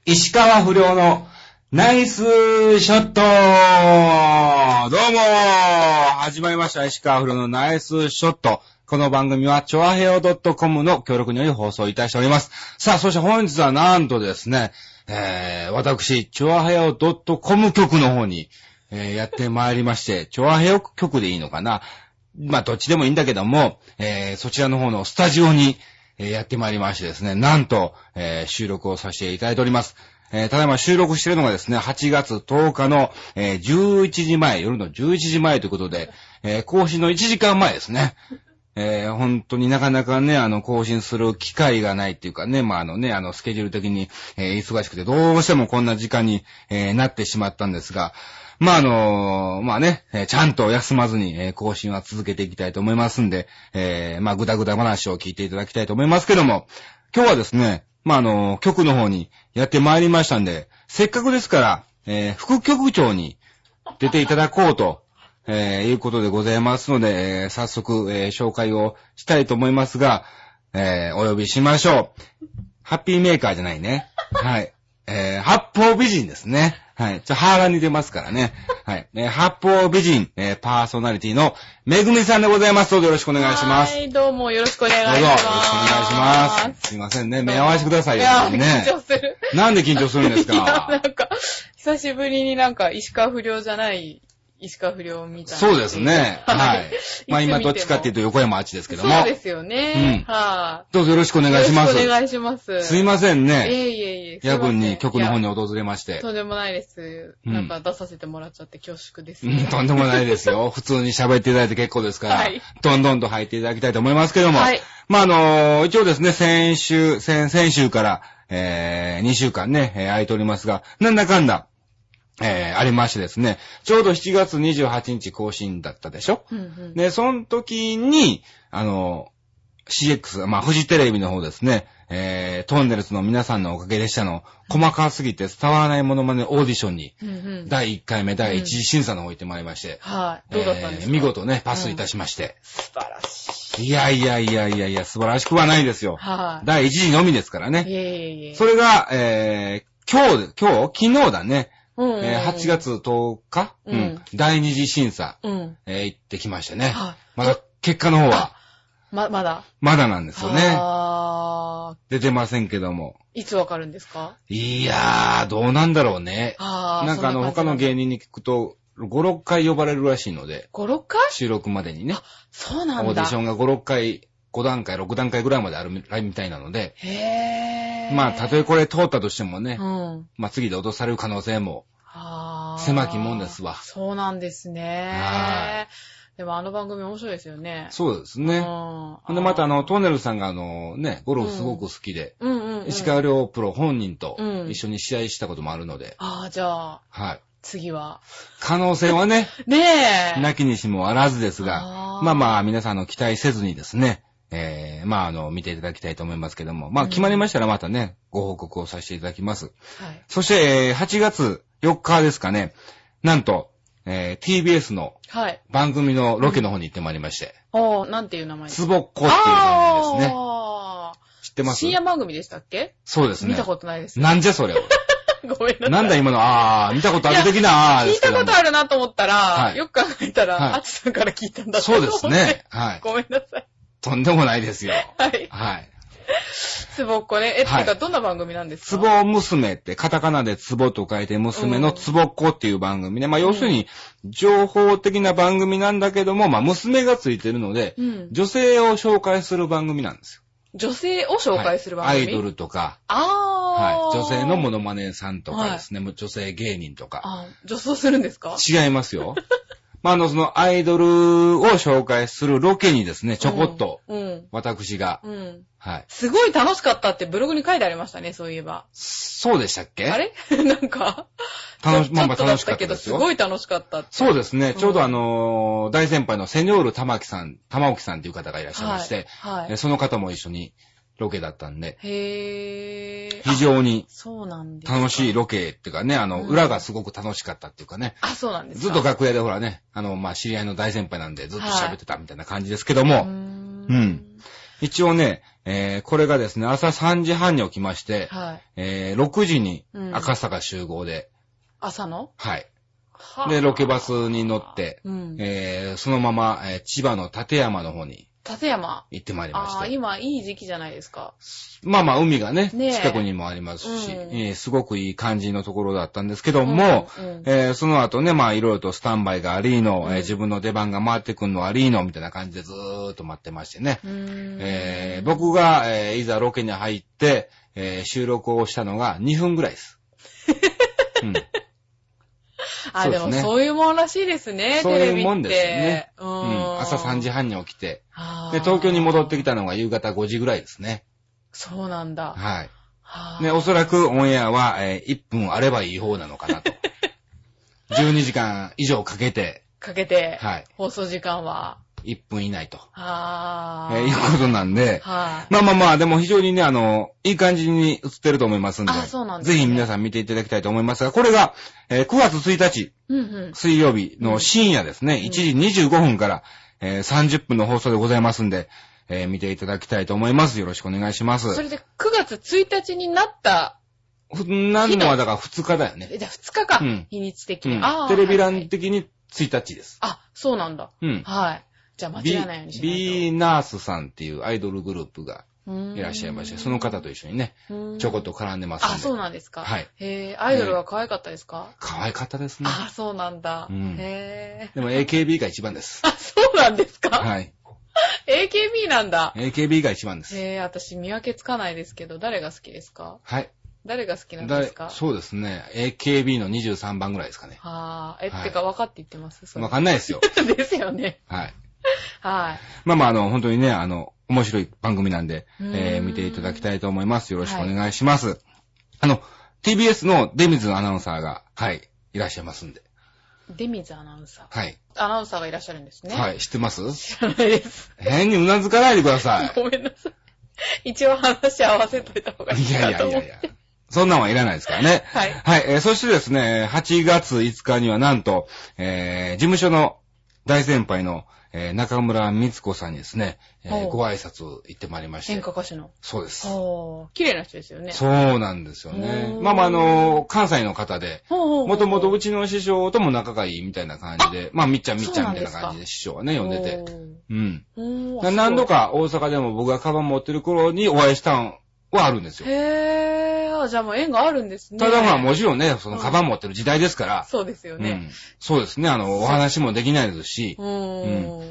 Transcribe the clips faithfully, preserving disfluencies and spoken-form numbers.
石川不良のナイスショット。どうも始まりました。石川不良のナイスショット。この番組はチョアヘオ .com の協力により放送いたしております。さあ、そして本日はなんとですね、えー、私、チョアヘオ .com 局の方に、えー、やってまいりまして、チョアヘオ局でいいのかな。まあ、どっちでもいいんだけども、えー、そちらの方のスタジオに、えー、やってまいりましてですね、なんと、えー、収録をさせていただいております。えー、ただいま収録しているのがですね、はちがつとおかの、えー、じゅういちじまえ、夜のじゅういちじまえということで、えー、更新のいちじかんまえですね。えー、本当になかなかね、あの、更新する機会がないっていうかね、まあ、あのね、あの、スケジュール的に、えー、忙しくて、どうしてもこんな時間に、えー、なってしまったんですが、まあ、あのー、まあね、えー、ちゃんと休まずに、えー、更新は続けていきたいと思いますんで、えー、まあ、ぐだぐだ話を聞いていただきたいと思いますけども、今日はですね、まあ、あのー、局の方にやってまいりましたんで、せっかくですから、えー、副局長に出ていただこうと、えー、いうことでございますので、えー、早速、えー、紹介をしたいと思いますが、えー、お呼びしましょう。ハッピーメーカーじゃないね。はい。えー、八方美人ですね。はい。ちょ、ハーが似てますからね。はい。えー、八方美人、えー、パーソナリティのめぐみさんでございます。どうぞよろしくお願いします。 はい、どうもよろしくお願いします。 どうぞよろしくお願いします。すいませんね。目合わせてくださいよ。 いや、 ね、 緊張する。 なんで緊張するんですか？いや、なんか、久しぶりになんか石川不良じゃない、石川不良みたいな。 そうですね。はい。まあ今どっちかっていうと横山あっちですけども。 そうですよね。 うん、 はい、 どうぞよろしくお願いします。 よろしくお願いします。 すいませんね。 いえいえいえ。 夜分に局の方に訪れまして。 とんでもないです。うん、なんか出させてもらっちゃって恐縮です、 ね。うん、とんでもないですよ。普通に喋っていただいて結構ですから。はい。どんどんと入っていただきたいと思いますけども。はい。まあ、あのー、一応ですね、先週、先、先週から、えー、にしゅうかんね、えー、空いておりますが、なんだかんだ。えー、ありましてですね、ちょうどしちがつにじゅうはちにち更新だったでしょ、うんうん、で、その時に、あの、シーエックス、まあ、フジテレビの方ですね、えー、トンネルズの皆さんのおかげでしたの、細かすぎて伝わらないモノマネオーディションに、うんうん、だいいっかいめ、だいいちじ審査の方行ってまいりまして、 はい、どうだったんですか？ えー、見事ね、パスいたしまして、うん。 素晴らしい。 いやいやいやいやいや、素晴らしくはないですよ。はい。だいいちじのみですからね。 いえいえいえ。 それが、えー、今日、今日昨日だね。うんうんうん、えー、はちがつとおか、うんうん、だいにじ審査、うんえー、行ってきましてね。はい、まだ結果の方は、 ま、まだまだなんですよね。あ出てませんけども。 いつわかるんですか？ いやー、どうなんだろうね。あなんかあの、他の芸人に聞くと、ご、ろっかい呼ばれるらしいので。 ご、ろっかい？ 収録までにね。あ、 そうなんだ。 オーディションがご、ろっかい、ごだんかい、ろくだんかいぐらいまであるみたいなので。へー。まあ、たとえこれ通ったとしてもね。うん。まあ、次で落とされる可能性も。狭きもんですわ。 そうなんですね。はい。でもあの番組面白いですよね。 そうですね。うん。で、またあの、トンネルさんがあの、ね、ゴルフすごく好きで、うん、うんうんうん、石川遼プロ本人と一緒に試合したこともあるので。うん、 ああ、じゃあ。 はい。 次は。 可能性はね。 ねえ。 なきにしもあらずですが、あまあまあ、皆さんの期待せずにですね、えー、まああの、見ていただきたいと思いますけども、まあ決まりましたらまたね、ご報告をさせていただきます。はい。そして、えー、はちがつよっかですかね、なんと、えー、ティービーエス の番組のロケの方に行ってまいりまして。 うん、おー、なんていう名前ですか？ つぼっこっていう番組ですね。あ知ってます？ 深夜番組でしたっけ？ そうですね。 見たことないです、 ね。なんじゃそれは。 ごめんなさい。 なんだ今の、あー、見たことある的な、 聞いたことあるなと思ったら、はい、よく考えたら、あつさんから聞いたんだと思って。 そうですね。はい。 ごめんなさい。 とんでもないですよ。 はい。 はい。 つぼっこね。え、ってか、どんな番組なんですか？ つぼ娘って、カタカナでつぼと書いて娘のつぼっこっていう番組で、まあ要するに、情報的な番組なんだけども、まあ娘がついてるので、うん、女性を紹介する番組なんですよ。 女性を紹介する番組、 はい、アイドルとか、 あはい、女性のモノマネさんとかですね、はい、女性芸人とか。 あ、女装するんですか？ 違いますよ。まあ、あの、そのアイドルを紹介するロケにですね、ちょこっと、うんうん、私が、うん、 はい。すごい楽しかったってブログに書いてありましたね、そういえば。 そうでしたっけ？ あれなんか、 楽し、まあまあ楽しかったですよ。 すごい楽しかったって。 そうですね、ちょうどあのー、大先輩のセニョール玉木さん、玉置さんという方がいらっしゃいまして、はいはい、その方も一緒にロケだったんで、へー。非常に楽しいロケっていうかね、あの、うん、裏がすごく楽しかったっていうかね。 あ、そうなんですか。 ずっと楽屋でほらね、あの、まあ、知り合いの大先輩なんでずっと喋ってたみたいな感じですけども、はい、うん。 一応ね、えー、これがですね、朝さんじはんに起きまして、 はい。 えー、ろくじに赤坂集合で。 うん、朝の？ はい。で、ロケバスに乗って、うん、えー、そのまま、えー、千葉の館山の方に。 館山行ってまいりました。 ああ、今いい時期じゃないですか。 まあまあ、海がね、ね近くにもありますし、うんえー、すごくいい感じのところだったんですけども、うんうんえー、その後ね、まあいろいろとスタンバイがありの、うんえー、自分の出番が回ってくるのありの、みたいな感じでずーっと待ってましてね。えー、僕が、えー、いざロケに入って、えー、収録をしたのがにふんぐらいです。うんあ、でもそういうもんらしいですね、 そういうもんですよね。 うん、 うん。朝さんじはんに起きて。で、東京に戻ってきたのが夕方ごじぐらいですね。 そうなんだ。 はい。で、おそらくオンエアは、えー、いっぷんあればいい方なのかなと。じゅうにじかん以上かけて。 かけて。 はい。 放送時間は。 いっぷん以内と。 あえー、いうことなんで。はい。まあまあまあ、でも非常にね、あの、いい感じに映ってると思いますんで。 あ、そうなんですね。 ぜひ皆さん見ていただきたいと思いますが、これが、えー、くがつついたち、うんうん、水曜日の深夜ですね、うん、いちじにじゅうごふんから、えー、さんじゅっぷんの放送でございますんで、えー、見ていただきたいと思います。よろしくお願いします。 それでくがつついたちになったなんのはだからふつかだよね。 じゃあふつかか。うん、日にち的に。 うん、あテレビ欄的についたちです。 あ、そうなんだ。うん。はい。じゃあ間違えないようにしないと。 ビーナースさんっていうアイドルグループがいらっしゃいまして、その方と一緒にね、ちょこっと絡んでますんで。 あ、そうなんですか。 はい。 へぇアイドルは可愛かったですか？ 可愛かったですね。 あ、そうなんだ。うん、へぇでも エーケービー が一番です。 あ、そうなんですか？ はい。 エーケービー なんだ。 エーケービー が一番です。 へぇ私見分けつかないですけど、誰が好きですか？ はい。 誰が好きなんですか？ そうですね。エーケービー のにじゅうさんばんぐらいですかね。 はぁえ、はい、ってか分かって言ってます？ 分かんないですよ。 ですよね。 はい。 はい。 まあまあ、あの、本当にね、あの、面白い番組なんで、えー、見ていただきたいと思います。よろしくお願いします。はい、あの、ティービーエス の出水アナウンサーが、はい、いらっしゃいますんで。 出水アナウンサー。 はい。 アナウンサーがいらっしゃるんですね。 はい、知ってます？ 知らないです。 変にうなずかないでください。 ごめんなさい。一応話合わせといた方がいいかと思って。いやいやいやいや。 そんなんはいらないですからね。 はい。 はい、えー、そしてですね、はちがついつかにはなんと、えー、事務所の大先輩の、えー、中村光子さんにですね、えー、ご挨拶行ってまいりまして。 演歌歌手の。 そうです。 おー、綺麗な人ですよね。 そうなんですよね。まあまあ、あのー、関西の方で、もともとうちの師匠とも仲がいいみたいな感じで、まあ、みっちゃんみっちゃんみたいな感じで師匠はね、呼んでて。うん。何度か大阪でも僕がカバン持ってる頃にお会いしたんはあるんですよ。 へー、じゃあもう縁があるんですね。 ただまあもちろんね、そのカバン持ってる時代ですから。 うん、そうですよね、うん。 そうですね、あの、お話もできないですし。うん。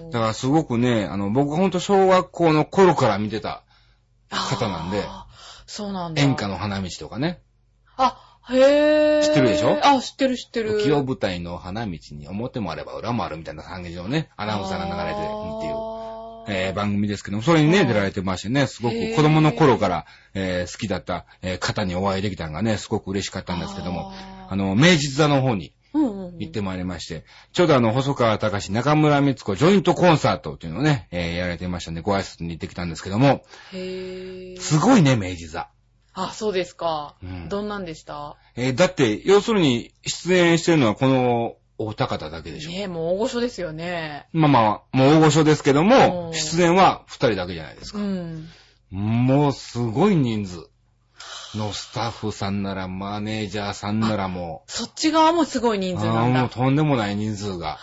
だからすごくね、あの、僕はほんと小学校の頃から見てた方なんで。 そうなんだ。 演歌の花道とかね。 あ、へー。 知ってるでしょ？ あ、知ってる知ってる。 浮世舞台の花道に表もあれば裏もあるみたいな感じのね、アナウンサーが流れてるっていう。えー、番組ですけども、それにね、出られてましてね、すごく子供の頃から、えー、好きだった、えー、方にお会いできたのがね、すごく嬉しかったんですけども、あの、明治座の方に行ってまいりまして、うんうんうん、ちょうどあの、細川隆史、中村光子ジョイントコンサートっていうのをね、えー、やられてましたんで、ご挨拶に行ってきたんですけども、 へー。 すごいね、明治座。 あ、そうですか。うん、どんなんでした？ えー、だって、要するに、出演してるのはこの、お二方だけでしょ。 ねえ、もう大御所ですよね。 まあまあ、もう大御所ですけども、出演は二人だけじゃないですか。うん、もうすごい人数のスタッフさんなら、マネージャーさんならもう。そっち側もすごい人数なんだ。 あもうとんでもない人数が。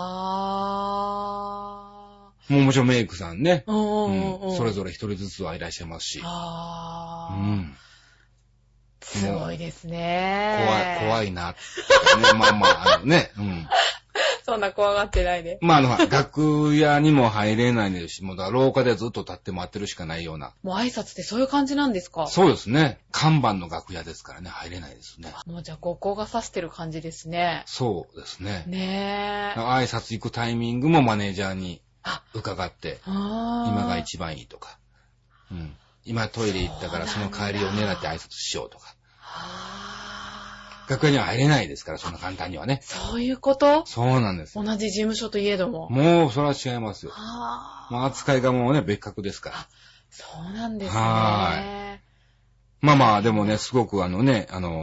はー。もうもちろんメイクさんね。 うんうんうん、 それぞれ一人ずつはいらっしゃいますし。 はー。 うん。 すごいですね。 怖い、怖いなって、ね。まあまあ、あのね。うん。 そんな怖がってないで。 まああの、楽屋にも入れないですし、もうだ廊下でずっと立って待ってるしかないような。 もう挨拶ってそういう感じなんですか？ そうですね。看板の楽屋ですからね、入れないですね。 もうじゃあ、五行が指してる感じですね。 そうですね。 ねえ。 挨拶行くタイミングもマネージャーに伺って、今が一番いいとか。うん。今トイレ行ったからその帰りを狙って挨拶しようとか。楽屋には入れないですから、そんな簡単にはね。 そういうこと？ そうなんです。 同じ事務所といえども。 もう、それは違いますよ。もう扱いがもうね、別格ですから。あ、 そうなんですね。 はい。まあまあ、でもね、すごくあのね、あの、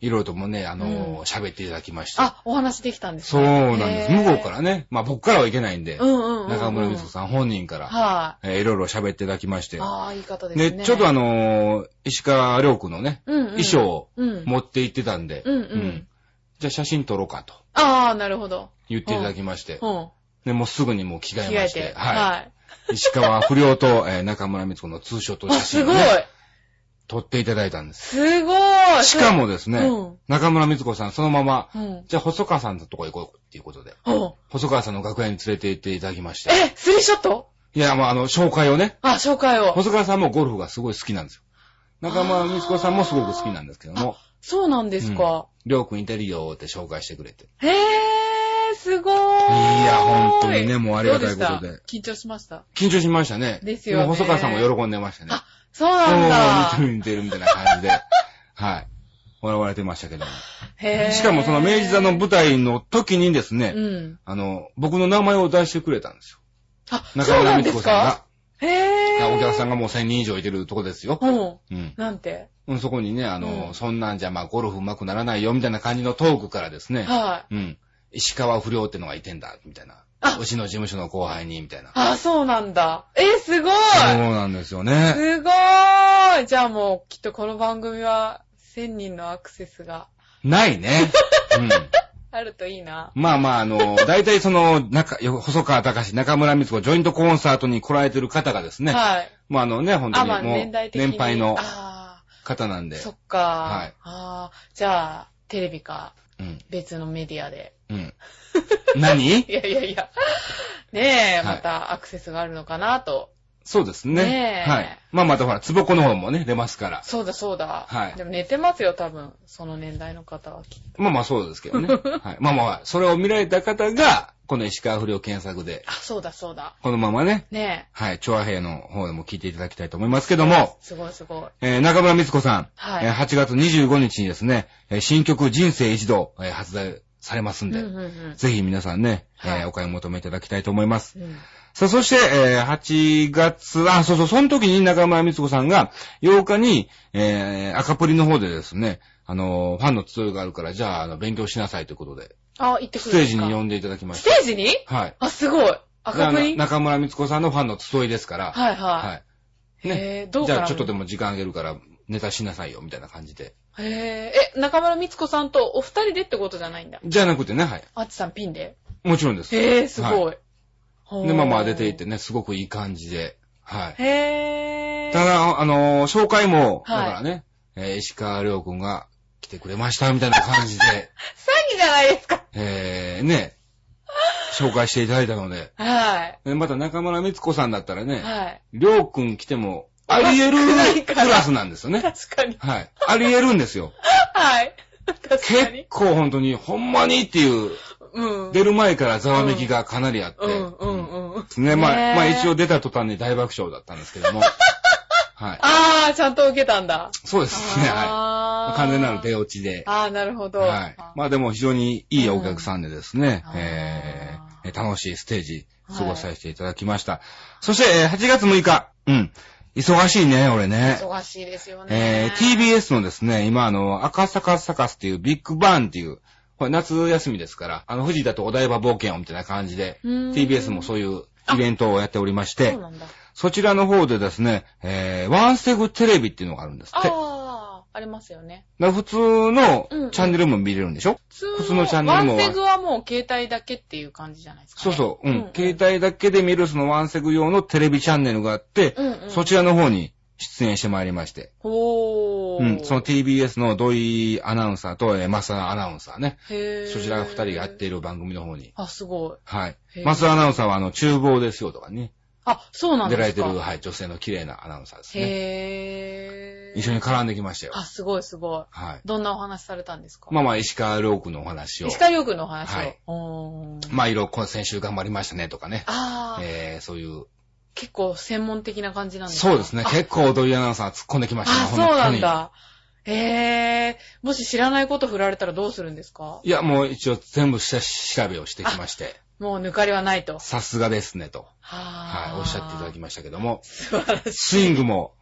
いろいろともね、あの、喋、うん、っていただきまして。 あ、お話できたんですね。そうなんです。向こうからね、まあ僕からはいけないんで、 うんうんうんうん、 中村美津子さん本人から、はい、えー、いろいろ喋っていただきまして。 ああ、いい方ですね。 で、ちょっとあのー、石川遼君のね、うんうん、衣装を持って行ってたんで、うんうんうん、じゃあ写真撮ろうかと。 ああ、なるほど。 言っていただきまして。 うん、 で、もうすぐにもう着替えまして。 着替えて。はい。はい、 石川不良と、えー、中村美津子のツーショット写真を、ね。 すごい。 撮っていただいたんです。 すごい。 しかもですね、うん、中村美津子さんそのまま、うん、じゃあ細川さんのとこ行こうっていうことで、うん、細川さんの楽屋に連れて行っていただきまして。 え、スリーショット？ いや、まあ、あの、紹介をね。 あ、紹介を。 細川さんもゴルフがすごい好きなんですよ。中村美津子さんもすごく好きなんですけども。 そうなんですか。 りょうくんいてるよって紹介してくれて。 へー、すごーい。 いや、ほんとにね、もうありがたいことで。 緊張しました。 緊張しましたね。 ですよね。 細川さんも喜んでましたね。 あ、そうなんだ。 似てる似てるみたいな感じで。はい。笑われてましたけども。へー。しかもその明治座の舞台の時にですね、うん、あの、僕の名前を出してくれたんですよ。 あ、中村美津子さんが。へー。 お客さんがもうせんにん以上いてるとこですよ。 うん。うん。なんて？ うん、そこにね、あの、うん、そんなんじゃまあゴルフ上手くならないよみたいな感じのトークからですね。はい。うん。石川不良ってのがいてんだ、みたいな。うちの事務所の後輩に、みたいな。 あ、そうなんだ。えー、すごい。 そうなんですよね。 すごーい。じゃあもう、きっとこの番組は、せんにんのアクセスが。 ないね。うん。 あるといいな。 まあまあ、あの、大体その、中、細川隆、中村美津子、ジョイントコンサートに来られてる方がですね。はい。まああのね、本当にもう、年配の方なんで。 そっか。はい。ああ、じゃあ、テレビか、うん、別のメディアで。 うん。何いやいやいや。ねえ、またアクセスがあるのかなと。 そうですね。ねえ。はい。まあまたほら、つぼこの方もね、出ますから。 そうだそうだ。はい。でも寝てますよ、多分。その年代の方はきっと。 まあまあそうですけどね。はい。まあまあ、それを見られた方が、この石川不良検索で。 あ、そうだそうだ。 このままね。ねえ。はい。調和兵の方でも聞いていただきたいと思いますけども。 すごいすごい。 えー、中村美津子さん。はい。えー、はちがつにじゅうごにちにですね、新曲人生一度、えー、発売されますんで、うんうんうん、ぜひ皆さんね、はい、えー、お買い求めいただきたいと思います。うん、さあ、そして、えー、はちがつ、あ、そうそう、その時に中村美津子さんがようかに、えー、赤プリの方でですね、あのー、ファンの集いがあるから、じゃあ、あの、勉強しなさいということで。 あ、行ってくる。 ステージに呼んでいただきました。 ステージに？ はい。 あ、すごい。赤プリ？ 中村美津子さんのファンの集いですから。 はいはい。はい。 ね。えー、どうかな？じゃあ、ちょっとでも時間あげるから、ネタしなさいよ、みたいな感じで。 へえ、え、中村美津子さんとお二人でってことじゃないんだ。 じゃなくてね、はい。 あっちさんピンで？ もちろんです。 へえ、すごい。 はい、で、まあまあ出ていってね、すごくいい感じで。はい。 へえ。 ただ、あのー、紹介も、はい、だからね、えー、石川遼くんが来てくれました、みたいな感じで。詐欺じゃないですか。 えー、ね、紹介していただいたので。はい。また中村美津子さんだったらね、はい。遼くん来ても、あり得るクラスなんですよね。 確かに。 はい。あり得るんですよ。 はい。確かに。 結構本当に、ほんまにっていう、うん、出る前からざわめきがかなりあって。うんうんうん。ですね。まあ、まあ一応出た途端に大爆笑だったんですけども。はい。 ああ、ちゃんと受けたんだ。 そうですね。はい。完全なる出落ちで。 ああ、なるほど。 はい。まあでも非常にいいお客さんでですね、うん、えー、楽しいステージ過ごさせていただきました。はい、そして、はちがつむいか。うん。忙しいね、俺ね。 忙しいですよね。 えー、ティービーエス のですね、今あの、赤坂サカスっていうビッグバンっていう、これ夏休みですから、あの、富士だとお台場冒険王みたいな感じで、ティービーエス もそういうイベントをやっておりまして、そうなんだ。そちらの方でですね、えー、ワンセグテレビっていうのがあるんですって。 ああ、ありますよね。 だ普通のチャンネルも見れるんでしょ、うんうん、 普通のチャンネルも。ワンセグはもう携帯だけっていう感じじゃないですか、ね。 そうそう、うん、うんうん。携帯だけで見るそのワンセグ用のテレビチャンネルがあって、うんうん、そちらの方に出演してまいりまして。 ほー。 うん。その ティービーエス の土井アナウンサーと、えー、増田アナウンサーね。へー。そちらが二人がやっている番組の方に。 あ、すごい。 はい。増田アナウンサーはあの、厨房ですよとかね。 あ、そうなんですか。 出られてる、はい、女性の綺麗なアナウンサーですね。 へー。 一緒に絡んできましたよ。 あ、すごいすごい。はい。どんなお話されたんですか？ まあまあ、石川遼君のお話を。 石川遼君のお話を。はい。 おー。まあ、いろいろ先週頑張りましたねとかね。あー。えー、そういう。 結構専門的な感じなんですか？ そうですね。結構土井アナウンサー突っ込んできましたね。あ、そうなんだ。へー。もし知らないこと振られたらどうするんですか？ いや、もう一応全部下調べをしてきまして。 もう抜かりはないと。 さすがですねと。 ははい。おっしゃっていただきましたけども。 素晴らしい。 スイングも、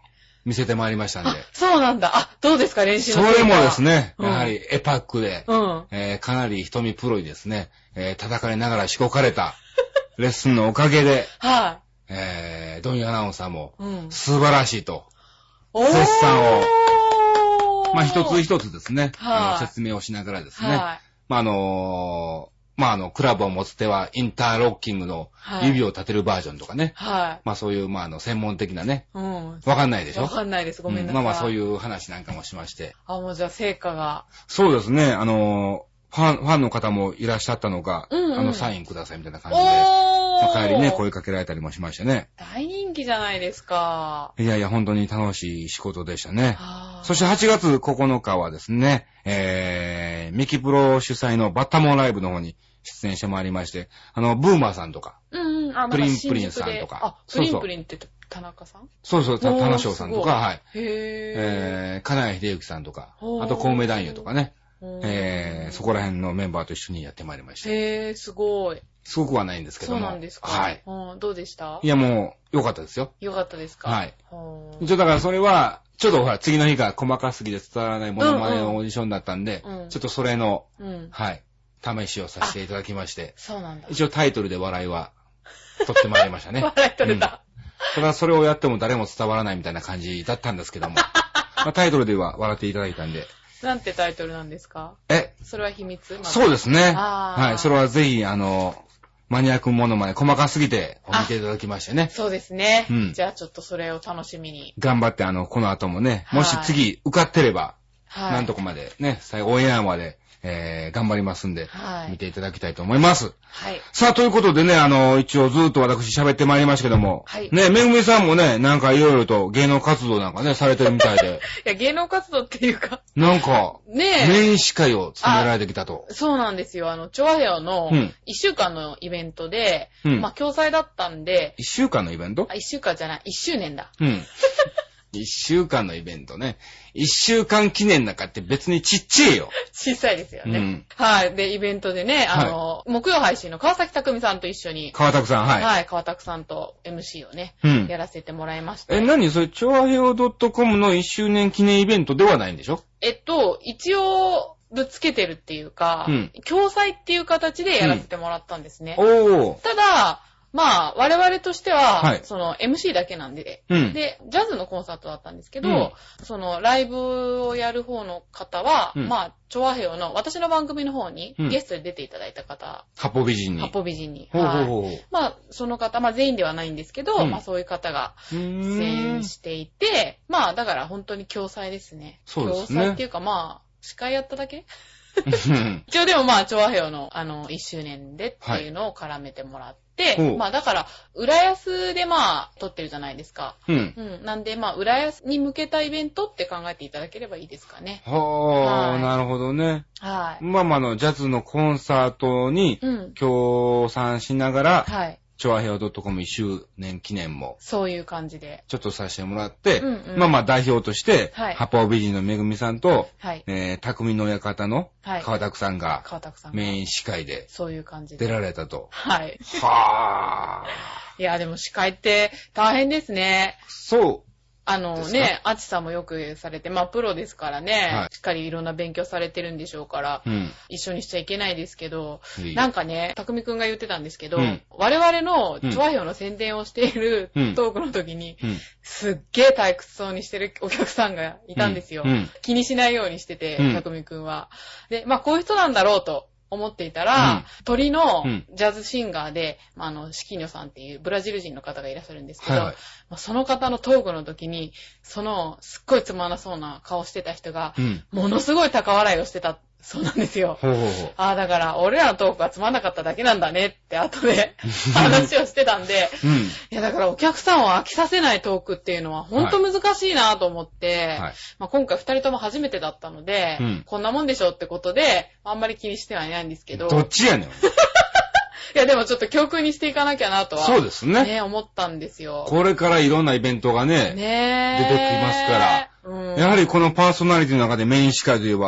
見せてまいりましたんで。 そうなんだ。あ、どうですか、練習のそれもですね、 うん、 やはりエパックで、 うん、 えー、かなり瞳プロにですね、えー、叩かれながらしこかれたレッスンのおかげで、 はい、 えー、ドニーアナウンサーも、 うん、 素晴らしいと、絶賛を、まあ一つ一つですね、はい、説明をしながらですね、はい、まああのー、まああの、クラブを持つ手はインターロッキングの指を立てるバージョンとかね。はい。まあそういう、まああの、専門的なね。うん。わかんないでしょ？ わかんないです。ごめんなさい。 うん、まあまあそういう話なんかもしまして。 あ、もうじゃあ成果が。 そうですね。あの、ファン、ファンの方もいらっしゃったのか、うんうん、あの、サインくださいみたいな感じで。まあ、帰りね、声かけられたりもしましたね。 大人気じゃないですか。 いやいや、本当に楽しい仕事でしたね。そしてはちがつここのかはですね、えー、ミキプロ主催のバッタモンライブの方に出演してまいりまして、あの、ブーマーさんとか、 うんうん、あ、 プリンプリンさんとか。 あ、プリンプリンって田中さん？ そうそう、田中翔さんとか、はい。へー。えー、金谷秀幸さんとか、あと、小梅男優とかね。えー、そこら辺のメンバーと一緒にやってまいりました。 へー、すごい。 すごくはないんですけども。 そうなんですか。 はい。 うん、どうでした？ いや、もう、良かったですよ。 良かったですか？ はい。一応だからそれは、ちょっとほら、次の日が細かすぎて伝わらないモノマネのオーディションだったんで、うんうん、ちょっとそれの、うん、はい、試しをさせていただきまして。 そうなんだ。 一応タイトルで笑いは、取ってまいりましたね。 笑い取れた。 うん、ただそれをやっても誰も伝わらないみたいな感じだったんですけども。まあ、タイトルでは笑っていただいたんで。 なんてタイトルなんですか？ えそれは秘密？ ま、そうですね。はい。それはぜひ、あの、マニアックものまで細かすぎてお見ていただきましてね。 そうですね。うん。じゃあちょっとそれを楽しみに。 頑張って、あの、この後もね、もし次受かってれば、はい。なんとこまでね、最後オンエアまで、えー、頑張りますんで、はい。見ていただきたいと思います。はい。さあ、ということでね、あの、一応ずっと私喋ってまいりましたけども、はい。ね、めぐみさんもね、なんかいろいろと芸能活動なんかね、されてるみたいで。 いや、芸能活動っていうか。 なんか、ねえ。メイン司会を務められてきたと。 そうなんですよ。あの、チョアヘオのいっしゅうかんのイベントで、うん、まあ、共催だったんで。 いっしゅうかんのイベント？ あ、いっしゅうかんじゃない。いっしゅうねんだ。 うん。一週間のイベントね。一週間記念なんかって別にちっちゃいよ。 小さいですよね。うん、はい。で、イベントでね、あの、はい、木曜配信の川崎匠さんと一緒に。 川拓さん、はい。 はい、川拓さんと エムシー をね、うん、やらせてもらいました。 え、何それ、チョアヘオ .com のいっしゅうねん記念イベントではないんでしょ？ えっと、一応、ぶつけてるっていうか、うん、共催っていう形でやらせてもらったんですね。うん、おー。ただ、まあ、我々としては、はい、その エムシー だけなんで、うん、で、ジャズのコンサートだったんですけど、うん、そのライブをやる方の方は、うん、まあ、チョアヘオの私の番組の方にゲストで出ていただいた方。 八方美人に。 八方美人に。はい。ほうほうほう。まあ、その方、まあ全員ではないんですけど、うん、まあそういう方が出演していて、まあだから本当に共催ですね。 そうですね。 共催っていうかまあ、司会やっただけ一応でもまあ、チョアヘオのあの、いっしゅうねんでっていうのを絡めてもらって、はい、まあだから、浦安でまあ、撮ってるじゃないですか。うん。うん。なんでまあ、浦安に向けたイベントって考えていただければいいですかね。 はあ、はい、なるほどね。はい。まあまあの、ジャズのコンサートに、協賛しながら、はい。チョアヘオ .com いっしゅうねん記念も。 そういう感じで。 ちょっとさせてもらって、うんうん、まあまあ代表として、はい、八方美人のめぐみさんと、はい、えー、匠の館の川拓さんが、川拓さんがメイン司会で、 そういう感じで。 出られたと。 はい。 はぁ。いや、でも司会って大変ですね。 そう。 あのね、アチさんもよくされて、まあプロですからね、はい、しっかりいろんな勉強されてるんでしょうから、うん、一緒にしちゃいけないですけど、いいなんかね、たくみくんが言ってたんですけど、うん、我々のチョアヘオの宣伝をしているトークの時に、うん、すっげー退屈そうにしてるお客さんがいたんですよ。うん、気にしないようにしてて、たくみくんは。で、まあこういう人なんだろうと。思っていたら、うん、鳥のジャズシンガーで、うん、あの、シキニョさんっていうブラジル人の方がいらっしゃるんですけど、はいはい、まあ、その方のトークの時に、その、すっごいつまらなそうな顔してた人が、うん、ものすごい高笑いをしてた。そうなんですよ。ほうほうほう。ああ、だから、俺らのトークがつまんなかっただけなんだねって後で話をしてたんで、うん、いや、だからお客さんを飽きさせないトークっていうのは本当難しいなと思って、はい、まあ、今回二人とも初めてだったので、うん、こんなもんでしょってことで、あんまり気にしてはいないんですけど。 どっちやねん。いや、でもちょっと教訓にしていかなきゃなとは。 そうですね。 ね、思ったんですよ。 これからいろんなイベントがね、ね出てきますから、うん、やはりこのパーソナリティの中でメイン司会といえば、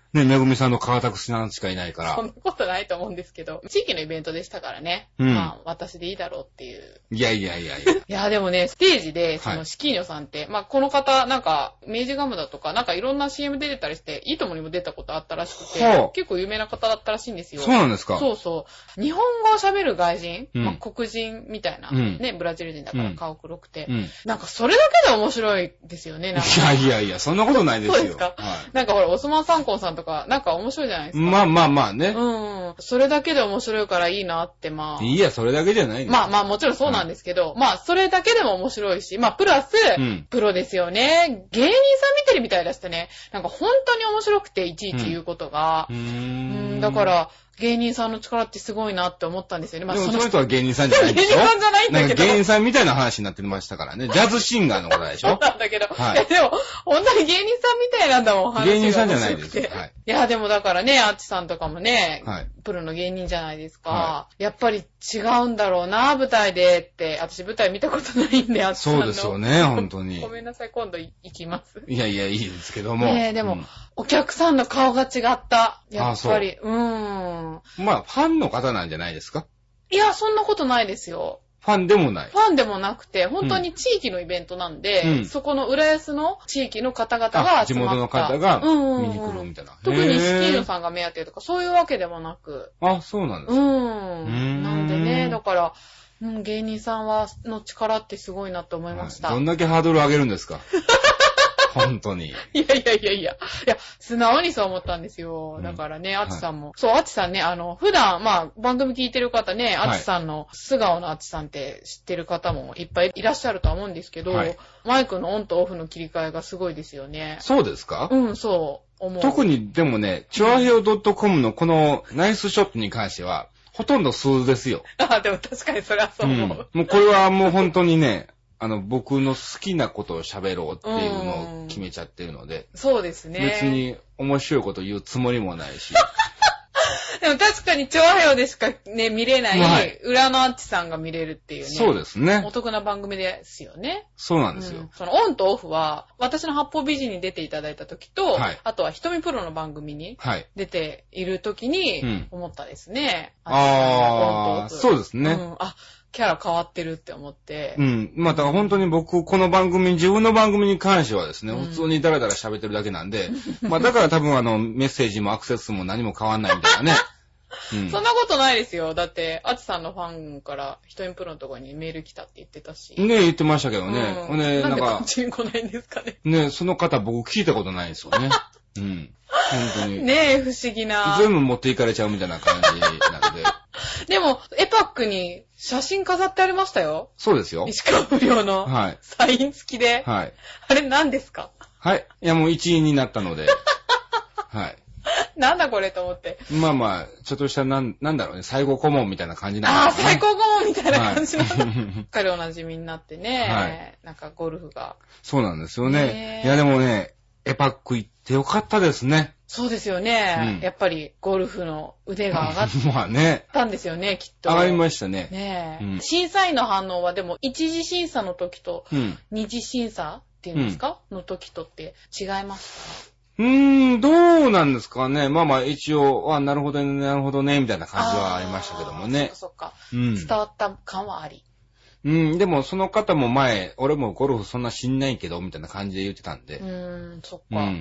ね、めぐみさんの川田さんしかいないから。 そんなことないと思うんですけど、地域のイベントでしたからね。うん。まあ、私でいいだろうっていう。 いやいやいやいや。いや、でもね、ステージで、その、シキーニョさんって、はい、まあ、この方、なんか、明治ガムだとか、なんかいろんな シーエム 出てたりして、いいともにも出たことあったらしくて、はあ、結構有名な方だったらしいんですよ。 そうなんですか？ そうそう。日本語を喋る外人、うん、まあ、黒人みたいな、うん、ね、ブラジル人だから顔黒くて、うん、なんかそれだけで面白いですよね、なんか。 いやいやいや、そんなことないですよ。 そうですか？はい、なんかほら、オスマンサンコンさんとか、なんか面白いじゃないですか。 まあまあまあね。 うん。それだけで面白いからいいなって、まあ。 いや、それだけじゃないです。 まあまあもちろんそうなんですけど、うん、まあそれだけでも面白いし、まあプラス、うん、プロですよね。芸人さん見てるみたいだしてね、なんか本当に面白くて、いちいち言うことが。うん。うんだから、芸人さんの力ってすごいなって思ったんですよね。 まあ、でもその人は芸人さんじゃないんでしょ？ 芸人さんじゃないんだけど。 なんか芸人さんみたいな話になってましたからね。ジャズシンガーの方でしょ？ そうなんだけど。はい。でも、本当に芸人さんみたいなんだもん、話が。 芸人さんじゃないです。はい。 いや、でもだからね、アッチさんとかもね、はい、プロの芸人じゃないですか。はい、やっぱり違うんだろうな、舞台でって。私舞台見たことないんで、アッチさんの。 そうですよね、本当に。 ごめんなさい、今度行きます。 いやいや、いいですけども。 ねえ、でも、うん、お客さんの顔が違った。やっぱり。うーん。 まあ、ファンの方なんじゃないですか？ いや、そんなことないですよ。 ファンでもない。 ファンでもなくて、本当に地域のイベントなんで、うん、そこの浦安の地域の方々が集まった。 地元の方が見に来るみたいな。 特にスキーノさんが目当てとか、そういうわけでもなく。 あ、そうなんですか。 うん。なんでね、だから、うん、芸人さんは、の力ってすごいなと思いました。 はい、どんだけハードル上げるんですか？本当に。 いやいやいやいや。いや、素直にそう思ったんですよ。うん、だからね、アチさんも。はい、そう、アチさんね、あの、普段、まあ、番組聞いてる方ね、アチさんの、素顔のアチさんって知ってる方もいっぱいいらっしゃるとは思うんですけど、はい、マイクのオンとオフの切り替えがすごいですよね。 そうですか？ うん、そう、思う。 特に、でもね、チョアヘオ .com のこのナイスショットに関しては、ほとんど数ですよ。 あ、でも確かにそれはそう思う。うん、 もうこれはもう本当にね、あの、僕の好きなことを喋ろうっていうのを決めちゃってるので。 そうですね。 別に面白いこと言うつもりもないし。 でも確かにチョアヘオでしかね、見れない、はい、裏のアッチさんが見れるっていうね。 そうですね。 お得な番組ですよね。 そうなんですよ。うん、 そのオンとオフは、私の八方美人に出ていただいた時と、はい、あとは瞳プロの番組に出ている時に思ったですね。 うん、ああ、そうですね。うん、 あキャラ変わってるって思って。 うん。まあ、だから本当に僕、この番組、自分の番組に関してはですね、うん、普通にダラダラ喋ってるだけなんで、まあ、だから多分あの、メッセージもアクセス数も何も変わんないみたいなね。 うん、そんなことないですよ。だって、アチさんのファンから、ひとみプロのところにメール来たって言ってたし。 ねえ、言ってましたけどね。 うん、ねなんでこっちに来ないんですかね。 ねえ、その方僕聞いたことないですよね。うん。本当に。 ねえ、不思議な。 全部持っていかれちゃうみたいな感じなんで。 でも、エパックに写真飾ってありましたよ。 そうですよ。 石川不良の。はい。サイン付きで。はい。あれ何ですか？ はい。いや、もう一員になったので。はい。 なんだこれと思って。 まあまあ、ちょっとしたなん、なんだろうね、最後顧問みたいな感じなんですね。ああ、最後顧問みたいな感じの。はい、彼おなじみになってね。はい。なんかゴルフが。 そうなんですよね。いやでもね、エパック行ってよかったですね。 そうですよね。うん、やっぱりゴルフの腕が上がったんですよね、きっと。 上がりましたね。 ねえ、うん。審査員の反応はでも、一次審査の時と、二次審査っていうんですか、うん、の時とって違いますか？ うーん、どうなんですかね。まあまあ一応、あ、なるほどね、なるほどね、みたいな感じはありましたけどもね。 そっかそっか、うん。伝わった感はあり。 うん、でもその方も前、俺もゴルフそんな知んないけど、みたいな感じで言ってたんで。 うーん、そっか。うん。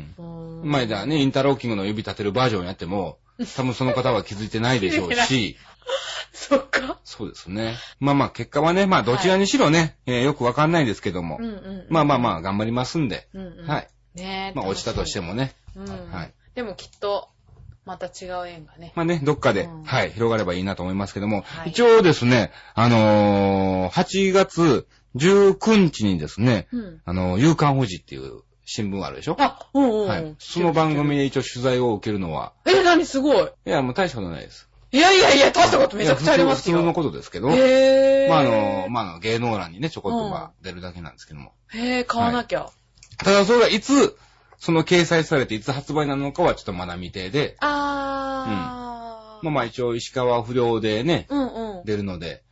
前だね、インターローキングの指立てるバージョンやっても、多分その方は気づいてないでしょうし。 そっか。 そうですね。まあまあ結果はね、まあどちらにしろね、はい、えー、よくわかんないですけども。うんうんうん、まあまあまあ頑張りますんで。うんうん、はい。ねえ。まあ落ちたとしてもね。 うん、はい。でもきっと、また違う縁がね。 まあね、どっかで、うん、はい、広がればいいなと思いますけども、はい、一応ですね、あのー、はちがつじゅうくにちにですね、うん、あのー、夕刊富士っていう新聞あるでしょ？ あ、うんうん、 はい。その番組で一応取材を受けるのは。 え、なにすごい。 いや、もう大したことないです。 いやいやいや、大したことめちゃくちゃありますよ。 普通のことですけど。へー。まあ、あのー、まあ、あの、芸能欄にね、ちょこっとまあ、出るだけなんですけども。 へー、買わなきゃ。はい、 ただ、それがいつ、その掲載されていつ発売なのかはちょっとまだ未定で。 あー。 うん。まあまあ一応石川不良でね、うんうん、出るので、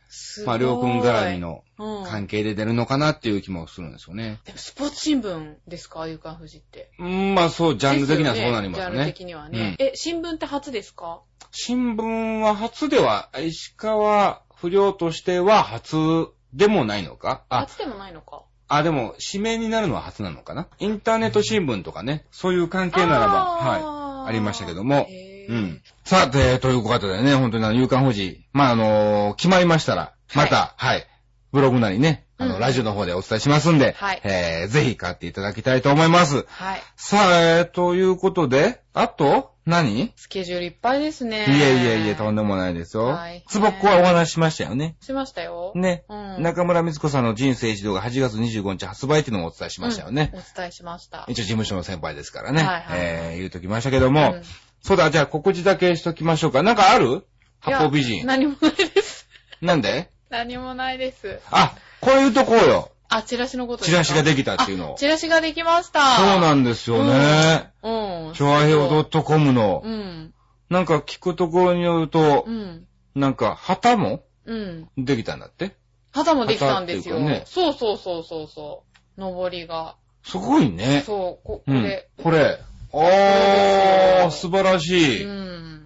すごい。 まあ、りょうくん絡みの関係で出るのかなっていう気もするんですよね。 でも、スポーツ新聞ですか、夕刊フジって。 うん、まあそう、ジャンル的にはそうなりますね。 ジャンル的にはね。うん、え、新聞って初ですか？ 新聞は初では、石川不良としては初でもないのか？ あ、初でもないのか。 あ、でも、指名になるのは初なのかな？インターネット新聞とかね、そういう関係ならば、はい、ありましたけども。うん。さあ、で、ということでね、本当にあの、夕刊フジ、まあ、あのー、決まりましたら、また、はい、はい、ブログなりね、あの、うん、ラジオの方でお伝えしますんで、はい、えー、ぜひ買っていただきたいと思います。はい。さあ、えー、ということで、あと、何？ スケジュールいっぱいですね。 いえいえいえ、とんでもないですよ。はい。つぼっこはお話ししましたよね。 しましたよ。 ね。うん。中村光子さんの人生一度がはちがつにじゅうごにち発売っていうのもお伝えしましたよね。 うん、お伝えしました。 一応事務所の先輩ですからね。はいはい、はい。えー、言うときましたけども、うん、そうだ、じゃあ告知だけしときましょうか。なんかある？八方美人。 何もないです。 なんで？ 何もないです。 あ、これ言うとこうよ。 あ、チラシのことですか？ チラシができたっていうのを。 チラシができました。 そうなんですよね。うん。うん。チョアヘオ .com の。うん。なんか聞くところによると、うん。なんか旗もうん。できたんだって？ 旗もできたんですよ。ね。そうそうそうそうそう。上りが。 すごいね。 そう、こ、これ。 うん、これ。あー、素晴らしい。うん。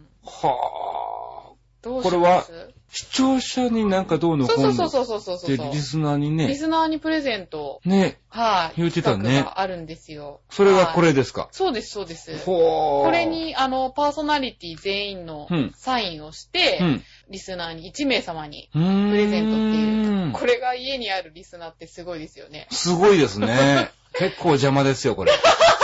はー。 どうします？ これは、視聴者になんかどうのこうの。 そうそうそうそうそうそう。 で、リスナーにね。 リスナーにプレゼント。 ね。 はい。 言ってたね。 があるんですよ。 それがこれですか？ そうです、そうです。ほー。これに、あの、パーソナリティ全員のサインをして、うん、リスナーにいちめいさまにプレゼントっていう。これが家にあるリスナーってすごいですよね。 すごいですね。結構邪魔ですよ、これ。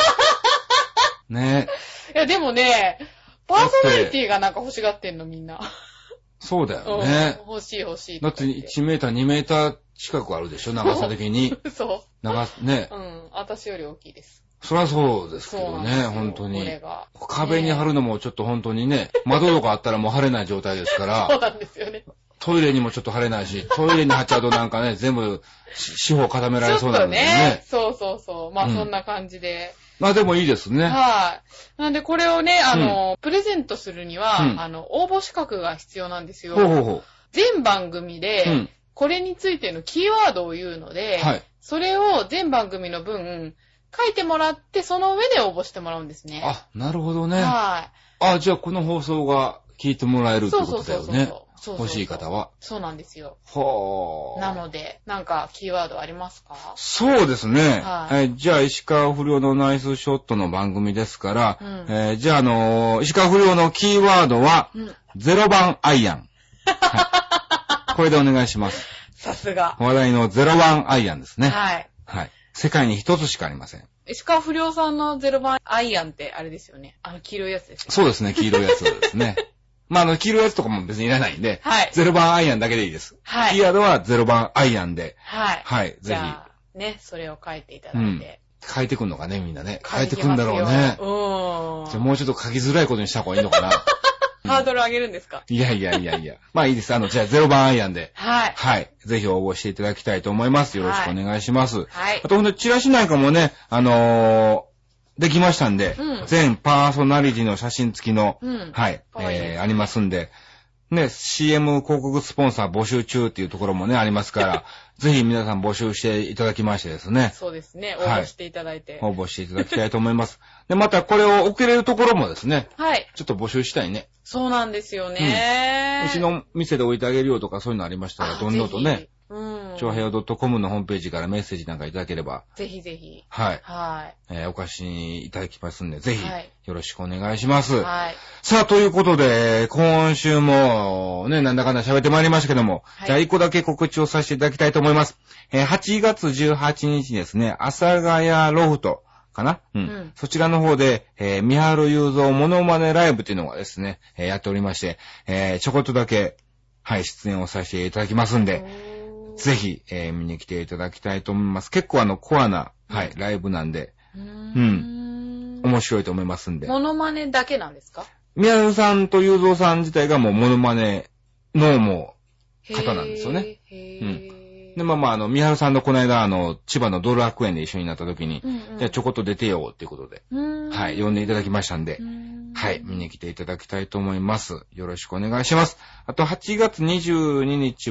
ね。 いや、でもね、パーソナリティがなんか欲しがってんの、みんな。 そうだよね。 欲しい欲しい。 だっていちメーター、にメーター近くあるでしょ、長さ的に。 そう。 長、ね。 うん。私より大きいです。 そりゃそうですけどね、本当に。これが。壁に貼るのもちょっと本当にね、窓とかあったらもう貼れない状態ですから。 そうなんですよね。 トイレにもちょっと貼れないし、トイレに貼っちゃうとなんかね、全部四方固められそうなんですよね。 そうそうそう。まあ、うん、そんな感じで。 まあでもいいですね。 はい。なんでこれをね、あの、うん、プレゼントするには、うん、あの、応募資格が必要なんですよ。 ほうほうほう。 全番組で、うん、これについてのキーワードを言うので、はい、それを全番組の分、書いてもらって、その上で応募してもらうんですね。 あ、なるほどね。 はい。 あ、じゃあこの放送が聞いてもらえるってことだよね。そうそうそうそう。そうそうそう欲しい方は。 そうなんですよ。 はぁ。なので、なんかキーワードありますか？ そうですね。はい。えー、じゃあ、石川不良のナイスショットの番組ですから、うん、えー、じゃあ、あのー、石川不良のキーワードは、うん、ゼロばんアイアン。はい。これでお願いします。 さすが。 話題のゼロばんアイアンですね。 はい。 はい。世界に一つしかありません。 石川不良さんのゼロばんアイアンってあれですよね。あの黄色いやつですよね。 そうですね、黄色いやつですね。まあ、あの、黄色いやつとかも別にいらないんで、はい。ゼロばんアイアンだけでいいです。はい。キーワードはゼロばんアイアンで、はい。はい、ぜひ。じゃあ、 ね、それを書いていただいて。うん。 書いてくんのかね、みんなね。書いてくんだろうね。うん。じゃあもうちょっと書きづらいことにした方がいいのかな。 ハードル上げるんですか？ いやいやいやいや。まあいいです。あの、じゃあゼロばんアイアンで。はい。はい。ぜひ応募していただきたいと思います。よろしくお願いします。はい。あとほんと、チラシなんかもね、あのー、できましたんで、うん、全パーソナリティの写真付きの、うん、はい、いいえー、ありますんで、ね、シーエム 広告スポンサー募集中っていうところもね、ありますから、ぜひ皆さん募集していただきましてですね。 そうですね。応募していただいて。 はい、応募していただきたいと思います。で、またこれを送れるところもですね。 はい。 ちょっと募集したいね。 そうなんですよね、 うん。うちの店で置いてあげるよとかそういうのありましたら、どんどんとね。うん。ちょうへい .com のホームページからメッセージなんかいただければ。 ぜひぜひ。 はい。はい。えー、お貸しいただきますんで、ぜひ、よろしくお願いします。はい。さあ、ということで、今週も、ね、なんだかんだ喋ってまいりましたけども、はい、じゃあ一個だけ告知をさせていただきたいと思います。えー、はちがつじゅうはちにちですね、阿佐ヶ谷ロフトかな、うん、うん。そちらの方で、えー、三春雄三モノマネライブというのがですね、えー、やっておりまして、えー、ちょこっとだけ、はい、出演をさせていただきますんで、ぜひ、えー、見に来ていただきたいと思います。結構あの、コアな、はい、ライブなんで、うーん、面白いと思いますんで。 モノマネだけなんですか？ 宮野さんと雄三さん自体がもうモノマネのもう、方なんですよね。へー。うん。で、まあまあ、あの、宮野さんのこの間、あの、千葉のドル楽園で一緒になった時に、うんうん、じゃあちょこっと出てよっていうことで、はい、呼んでいただきましたんで、はい、見に来ていただきたいと思います。よろしくお願いします。あと、はちがつにじゅうににちは、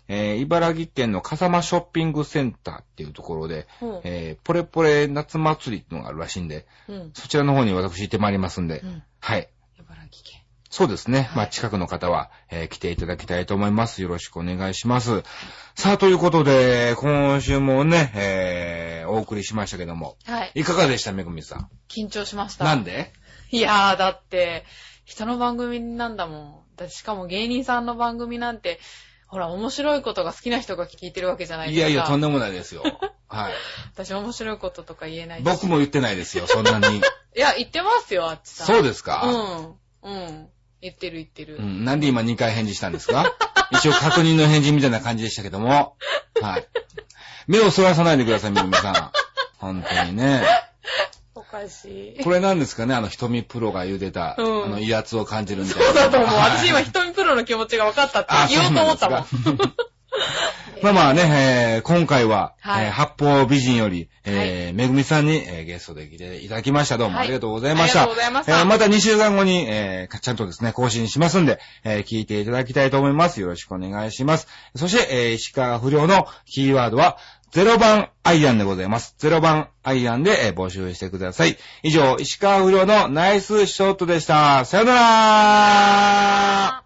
えー、茨城県の笠間ショッピングセンターっていうところで、うん、えー、ポレポレ夏祭りっていうのがあるらしいんで、うん、そちらの方に私行ってまいりますんで、うん、はい。 茨城県。 そうですね。はい、まあ、近くの方は、えー、来ていただきたいと思います。よろしくお願いします。さあ、ということで、今週もね、えー、お送りしましたけども。はい。いかがでした、めぐみさん。 緊張しました。 なんで？ いやー、だって、人の番組なんだもん。だしかも芸人さんの番組なんて、ほら、面白いことが好きな人が聞いてるわけじゃないですか。 いやいや、とんでもないですよ。はい。 私、面白いこととか言えないし。 僕も言ってないですよ、そんなに。 いや、言ってますよ、あっちさん。 そうですか？ うん。うん。言ってる言ってる。 うん。なんで今にかい返事したんですか？一応確認の返事みたいな感じでしたけども。はい。目をそらさないでください、みぐみさん。本当にね。 おかしい。 これなんですかね、あの、瞳プロが言うてた、うん、あの、威圧を感じるみたいな。 そうだと思う。私今、瞳プロの気持ちが分かったって言おうと思ったもん。 まあまあね、えー、今回は、はい、えー、八方美人より、えーはい、めぐみさんに、えー、ゲストで来ていただきました。どうもありがとうございました。 はい、ありがとうございました。 えー、またにしゅうかんごに、えー、ちゃんとですね、更新しますんで、えー、聞いていただきたいと思います。よろしくお願いします。そして、えー、石川不良のキーワードは、ゼロばんアイアンでございます。ゼロばんアイアンで、えー、募集してください。以上、石川不良のナイスショットでした。さよなら。